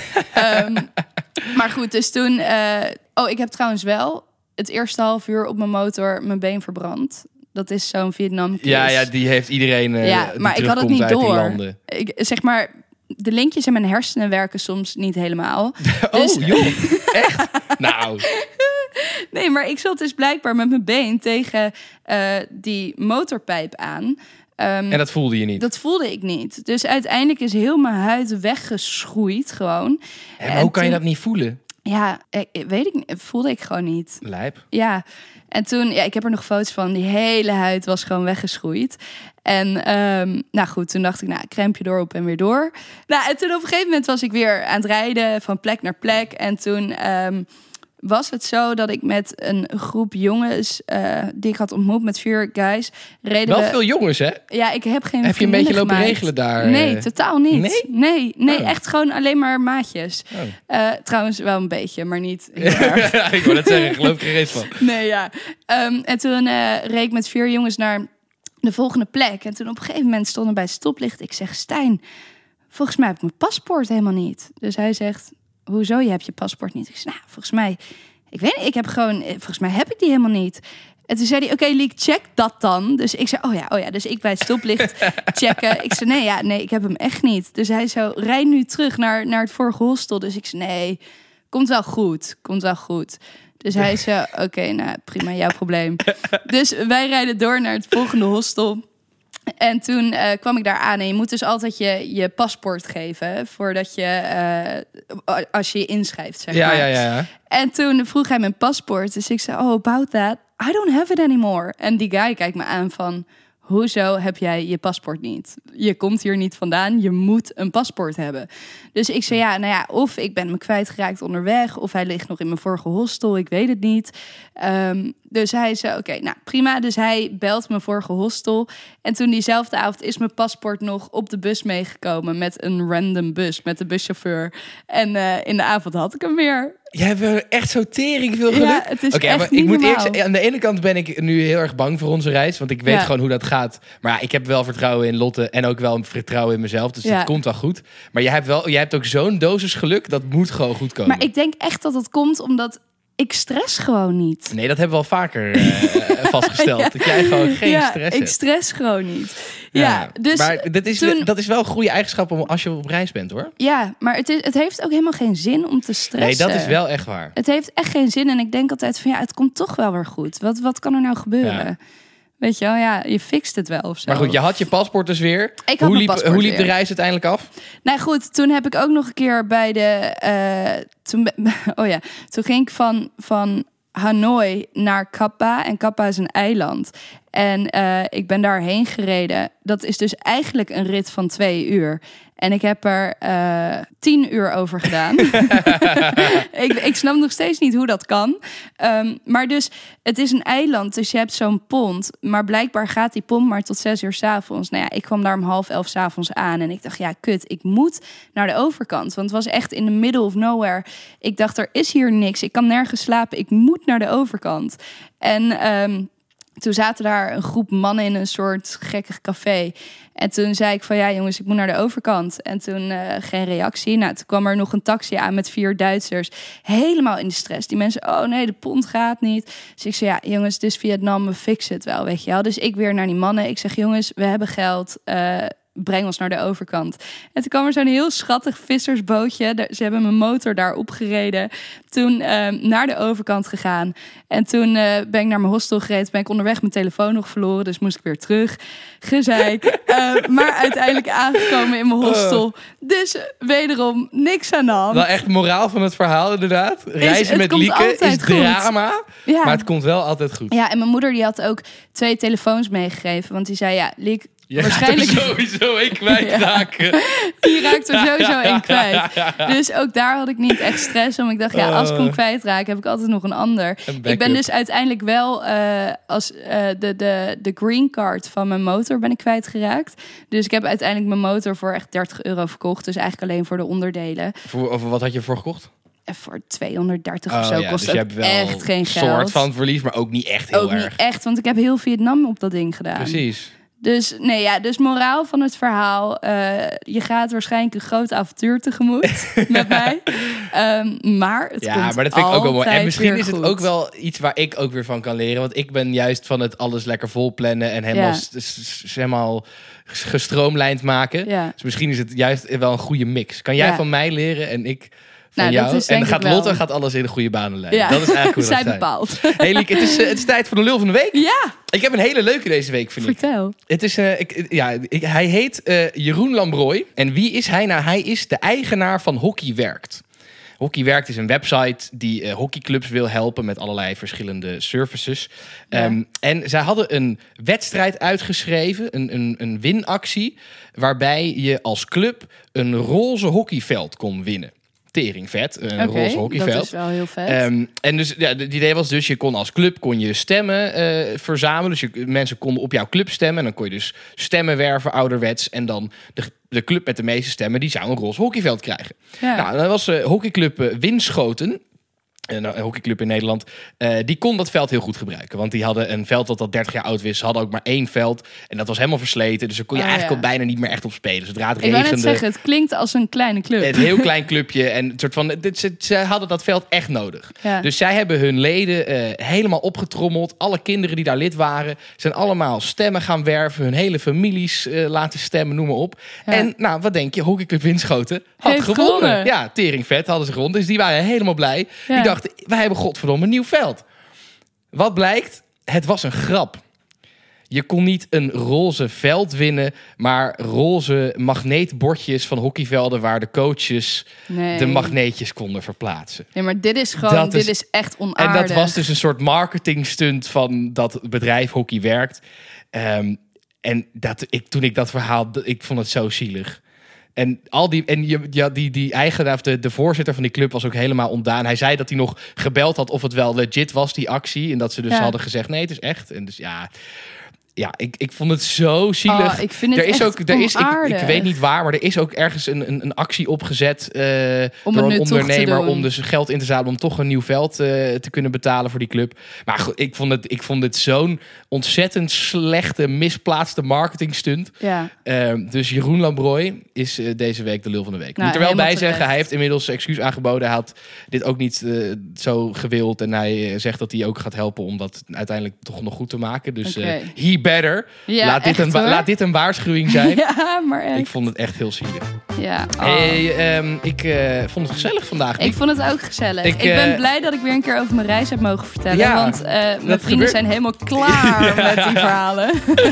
um, maar goed, dus toen, uh, oh, ik heb trouwens wel het eerste half uur op mijn motor mijn been verbrand. Dat is zo'n Vietnam kiss. Ja, ja, die heeft iedereen uh, ja, die maar ik had het niet uit die door. landen. Ik, zeg maar, de linkjes in mijn hersenen werken soms niet helemaal. Oh, dus, joh, echt? Nou... Nee, maar ik zat dus blijkbaar met mijn been tegen uh, die motorpijp aan. Um, en dat voelde je niet? Dat voelde ik niet. Dus uiteindelijk is heel mijn huid weggeschroeid gewoon. En, en hoe kan toen, je dat niet voelen? Ja, ik, weet ik niet. Voelde ik gewoon niet. Lijp. Ja, en toen, ja, ik heb er nog foto's van. Die hele huid was gewoon weggeschroeid. En um, nou goed, toen dacht ik, nou, krempje door op en weer door. Nou, en toen op een gegeven moment was ik weer aan het rijden van plek naar plek. En toen... Um, was het zo dat ik met een groep jongens uh, die ik had ontmoet met vier guys reden. Wel we... veel jongens, hè? Ja, ik heb geen. Heb je een beetje lopen gemaakt. regelen daar? Nee, totaal niet. Nee, nee, nee oh. echt gewoon alleen maar maatjes. Oh. Uh, trouwens wel een beetje, maar niet heel erg. Ik wou net zeggen, ik geloof er geen reet van. Nee, ja. Um, en toen uh, reed ik met vier jongens naar de volgende plek. En toen op een gegeven moment stonden bij het stoplicht. Ik zeg, Stijn, volgens mij heb ik mijn paspoort helemaal niet. Dus hij zegt, hoezo, je hebt je paspoort niet? Ik zeg, nou, volgens mij, ik weet niet, ik heb gewoon, volgens mij heb ik die helemaal niet. En toen zei hij, oké, okay, Liek, check dat dan. Dus ik zei, oh ja, oh ja. Dus ik bij het stoplicht checken. Ik zei, nee, ja, nee, ik heb hem echt niet. Dus hij zo, rijd nu terug naar, naar het vorige hostel. Dus ik zei, nee, komt wel goed, komt wel goed. Dus hij zei, oké, okay, nou, prima, jouw probleem. Dus wij rijden door naar het volgende hostel. En toen uh, kwam ik daar aan. En je moet dus altijd je, je paspoort geven voordat je, uh, als je je inschrijft, zeg ja, maar. Ja, ja, ja. En toen vroeg hij mijn paspoort. Dus ik zei, oh, about that, I don't have it anymore. En die guy kijkt me aan van, hoezo heb jij je paspoort niet? Je komt hier niet vandaan, je moet een paspoort hebben. Dus ik zei, ja, nou ja, of ik ben me kwijtgeraakt onderweg, of hij ligt nog in mijn vorige hostel, ik weet het niet. Um, dus hij zei, oké, okay, nou prima. Dus hij belt mijn vorige hostel. En toen diezelfde avond is mijn paspoort nog op de bus meegekomen met een random bus, met de buschauffeur. En uh, in de avond had ik hem weer. Jij hebt echt zo tering veel geluk. Ja, het is okay, echt maar niet ik moet normaal. eerst, aan de ene kant ben ik nu heel erg bang voor onze reis, want ik weet ja. gewoon hoe dat gaat. Maar ja, ik heb wel vertrouwen in Lotte en ook wel vertrouwen in mezelf, dus ja. het komt wel goed. Maar jij hebt wel, jij hebt ook zo'n dosis geluk, dat moet gewoon goed komen. Maar ik denk echt dat het komt omdat ik stress gewoon niet. Nee, dat hebben we al vaker uh, vastgesteld. ja. Dat jij gewoon geen ja, stress hebt. ik stress gewoon niet. Ja, ja dus maar dat is, toen... dat is wel een goede eigenschap om als je op reis bent, hoor. Ja, maar het, is, het heeft ook helemaal geen zin om te stressen. Nee, dat is wel echt waar. Het heeft echt geen zin en ik denk altijd van ja, het komt toch wel weer goed. Wat, wat kan er nou gebeuren? Ja. Weet je wel, ja, je fixt het wel of zo. Maar goed, je had je paspoort dus weer. Ik had hoe liep, paspoort hoe liep de weer. reis uiteindelijk af? Nou goed, toen heb ik ook nog een keer bij de... Uh, toen, oh ja, toen ging ik van, van Hanoi naar Kappa. En Kappa is een eiland. En uh, ik ben daarheen gereden. Dat is dus eigenlijk een rit van twee uur. En ik heb er uh, tien uur over gedaan. ik, ik snap nog steeds niet hoe dat kan. Um, maar dus, het is een eiland, dus je hebt zo'n pont. Maar blijkbaar gaat die pont maar tot zes uur 's avonds. Nou ja, ik kwam daar om half elf 's avonds aan. En ik dacht, ja, kut, ik moet naar de overkant. Want het was echt in the middle of nowhere. Ik dacht, er is hier niks. Ik kan nergens slapen. Ik moet naar de overkant. En... Um, toen zaten daar een groep mannen in een soort gekkig café. En toen zei ik van ja jongens, ik moet naar de overkant. En toen uh, geen reactie. Nou, toen kwam er nog een taxi aan met vier Duitsers. Helemaal in de stress. Die mensen, oh nee, de pond gaat niet. Dus ik zei ja jongens, het is Vietnam, we fixen het wel, weet je wel. Dus ik weer naar die mannen. Ik zeg jongens, we hebben geld. Uh, breng ons naar de overkant. En toen kwam er zo'n heel schattig vissersbootje. Ze hebben mijn motor daar opgereden. Toen uh, naar de overkant gegaan. En toen uh, ben ik naar mijn hostel gereden. Ben ik onderweg mijn telefoon nog verloren. Dus moest ik weer terug. Gezeik. uh, maar uiteindelijk aangekomen in mijn hostel. Dus wederom niks aan de hand. Wel echt moraal van het verhaal inderdaad. Reizen is, met Lieke is drama. Ja. Maar het komt wel altijd goed. Ja, en mijn moeder die had ook twee telefoons meegegeven. Want die zei ja, Liek, je waarschijnlijk gaat er sowieso één kwijtraken. Ja. Die raakt er sowieso één kwijt. Dus ook daar had ik niet echt stress om. Ik dacht, ja, als ik hem kwijtraak, heb ik altijd nog een ander. Een ik ben dus uiteindelijk wel uh, als uh, de, de, de green card van mijn motor ben ik kwijtgeraakt. Dus ik heb uiteindelijk mijn motor voor echt dertig euro verkocht. Dus eigenlijk alleen voor de onderdelen. Voor, over wat had je voor gekocht? En voor tweehonderddertig oh, of zo ja, kost dus het echt geen geld. Een soort van verlies, maar ook niet echt heel ook erg. Ook niet echt, want ik heb heel Vietnam op dat ding gedaan. Precies. Dus, nee, ja, dus moraal van het verhaal. Uh, je gaat waarschijnlijk een groot avontuur tegemoet met mij. Um, maar het ja, komt maar dat vind ik ook wel mooi. En misschien is het goed. ook wel iets waar ik ook weer van kan leren. Want ik ben juist van het alles lekker vol plannen en helemaal, Ja. s- s- s- helemaal gestroomlijnd maken. Ja. Dus misschien is het juist wel een goede mix. Kan jij Ja. van mij leren en ik van Nou, jou? dat is En dan denk gaat ik wel. Lotte gaat alles in de goede banen leiden. Ja. Dat is eigenlijk hoe Zij dat zijn. bepaalt. Hey Liek, het is, uh, het is tijd voor de lul van de week. Ja, Ik heb een hele leuke deze week, vind ik. vertel. Het is, uh, ik, ja, ik, hij heet uh, Jeroen Lambroy. En wie is hij nou? Hij is de eigenaar van Hockey Werkt. Hockey Werkt is een website die uh, hockeyclubs wil helpen met allerlei verschillende services. Ja. Um, en zij hadden een wedstrijd uitgeschreven, een, een, een winactie, waarbij je als club een roze hockeyveld kon winnen. Teringvet, een Oké, roze hockeyveld. dat is wel heel vet. Um, en dus ja, het idee was dus, je kon als club kon je stemmen uh, verzamelen. Dus je, mensen konden op jouw club stemmen. En dan kon je dus stemmen werven, ouderwets. En dan de, de club met de meeste stemmen, die zou een roze hockeyveld krijgen. ja. Nou, dan was uh, hockeyclub uh, Winschoten. Een hockeyclub in Nederland, uh, die kon dat veld heel goed gebruiken. Want die hadden een veld dat al dertig jaar oud was. Ze hadden ook maar één veld. En dat was helemaal versleten. Dus daar kon je Oh, eigenlijk ja. al bijna niet meer echt op spelen. Zodra het Ik wou net regende... zeggen, het klinkt als een kleine club. Een heel klein clubje. En het soort van, dit, ze, ze hadden dat veld echt nodig. Ja. Dus zij hebben hun leden uh, helemaal opgetrommeld. Alle kinderen die daar lid waren, zijn allemaal stemmen gaan werven. Hun hele families uh, laten stemmen, noem maar op. Ja. En nou, wat denk je? Hockeykclub Winschoten had Heeft gewonnen. gewonnen. Ja, teringvet hadden ze gewonnen. Dus die waren helemaal blij. Ja. Die dachten, wij hebben godverdomme een nieuw veld. Wat blijkt? Het was een grap. Je kon niet een roze veld winnen, maar roze magneetbordjes van hockeyvelden waar de coaches nee. de magneetjes konden verplaatsen. Nee, maar dit is gewoon, Dat dit is- is echt En onaardig. dat was dus een soort marketingstunt van dat bedrijf Hockey Werkt. Um, en dat, ik, toen ik dat verhaal, ik vond het zo zielig. En, al die, en je, ja, die, die eigenaar, of de, de voorzitter van die club was ook helemaal ontdaan. Hij zei dat hij nog gebeld had of het wel legit was, die actie. En dat ze dus Ja. hadden gezegd, nee, het is echt. En dus ja... Ja, ik, ik vond het zo zielig. Oh, ik vind het er is echt ook, er is, ik, ik onaardig. weet niet waar, maar er is ook ergens een, een, een actie opgezet uh, Om door het een nu toch te ondernemer doen. om dus geld in te zamelen om toch een nieuw veld uh, te kunnen betalen voor die club. Maar goed, ik vond het, ik vond het zo'n ontzettend slechte, misplaatste marketingstunt. Ja. Uh, dus Jeroen Lambroy is uh, deze week de lul van de week. Nou, Moet er wel bij helemaal zeggen, terecht. hij heeft inmiddels excuus aangeboden. Hij had dit ook niet uh, zo gewild. En hij uh, zegt dat hij ook gaat helpen om dat uiteindelijk toch nog goed te maken. Dus Oké. uh, he better. Ja, laat, dit echt, een, wa- hoor. laat dit een waarschuwing zijn. Ja, maar echt. Ik vond het echt heel zielig. Ja. Oh. Hey, um, ik uh, vond het gezellig vandaag. Ik vond het ook gezellig. Ik, Ik, ben eh, blij dat ik weer een keer over mijn reis heb mogen vertellen. Ja, want uh, mijn vrienden gebeurt- zijn helemaal klaar Ja. met die verhalen.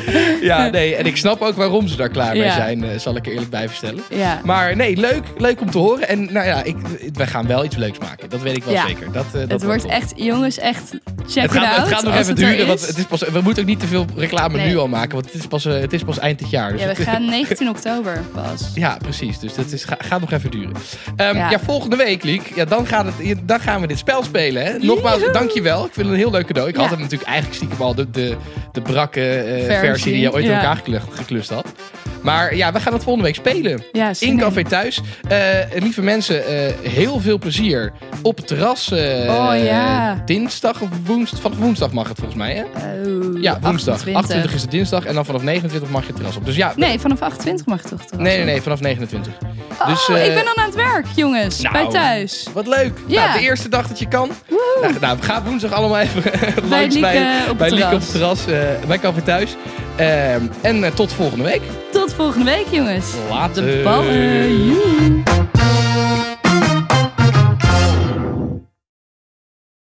Ja, nee, en ik snap ook waarom ze daar klaar mee Ja. zijn, uh, zal ik er eerlijk bij vertellen. Ja. Maar nee, leuk, leuk om te horen. En nou ja, ik, wij gaan wel iets leuks maken. Dat weet ik wel Ja. zeker. Dat, uh, dat Het wordt top. echt, jongens, echt check Het it gaat, out. het gaat nog als even het er duren, want is. het is pas, we moeten ook niet te veel reclame Nee. nu al maken, want het is pas, uh, het is pas eind dit jaar. Dus Ja, we het- gaan negentien oktober pas. Ja, precies. Dus dat is, ga, gaat nog even duren. Um, ja. Ja. volgende week, Liek, ja, dan, gaat het, dan gaan we dit spel spelen. Hè? Nogmaals, Joehoe. dankjewel. Ik vind het een heel leuk cadeau. Ik Ja. had het natuurlijk eigenlijk stiekem al de, de, de brakke uh, versie. Versie, die je ooit in ja. elkaar geklust, geklust had. Maar ja, we gaan het volgende week spelen. Ja, zin In in. Café Thuis. Uh, lieve mensen, uh, heel veel plezier op het terras. Uh, Oh, ja. Dinsdag of woensdag? Vanaf woensdag mag het volgens mij, hè? Oh, Ja, woensdag. achtentwintig. achtentwintig is het dinsdag en dan vanaf negenentwintig mag je het terras op. Dus ja. Nee, vanaf achtentwintig mag het toch? terras Nee, nee, op? nee, vanaf negenentwintig. Oh, Dus, uh, ik ben dan aan het werk, jongens. nou, bij thuis. Wat leuk. Ja. Nou, de eerste dag dat je kan. Nou, nou, ga woensdag allemaal even langs Lieke bij, op het bij Lieke op terras. het terras. Uh, bij Café Thuis. Uh, en uh, tot volgende week. Tot volgende week, jongens. Later. De ballen. Joe.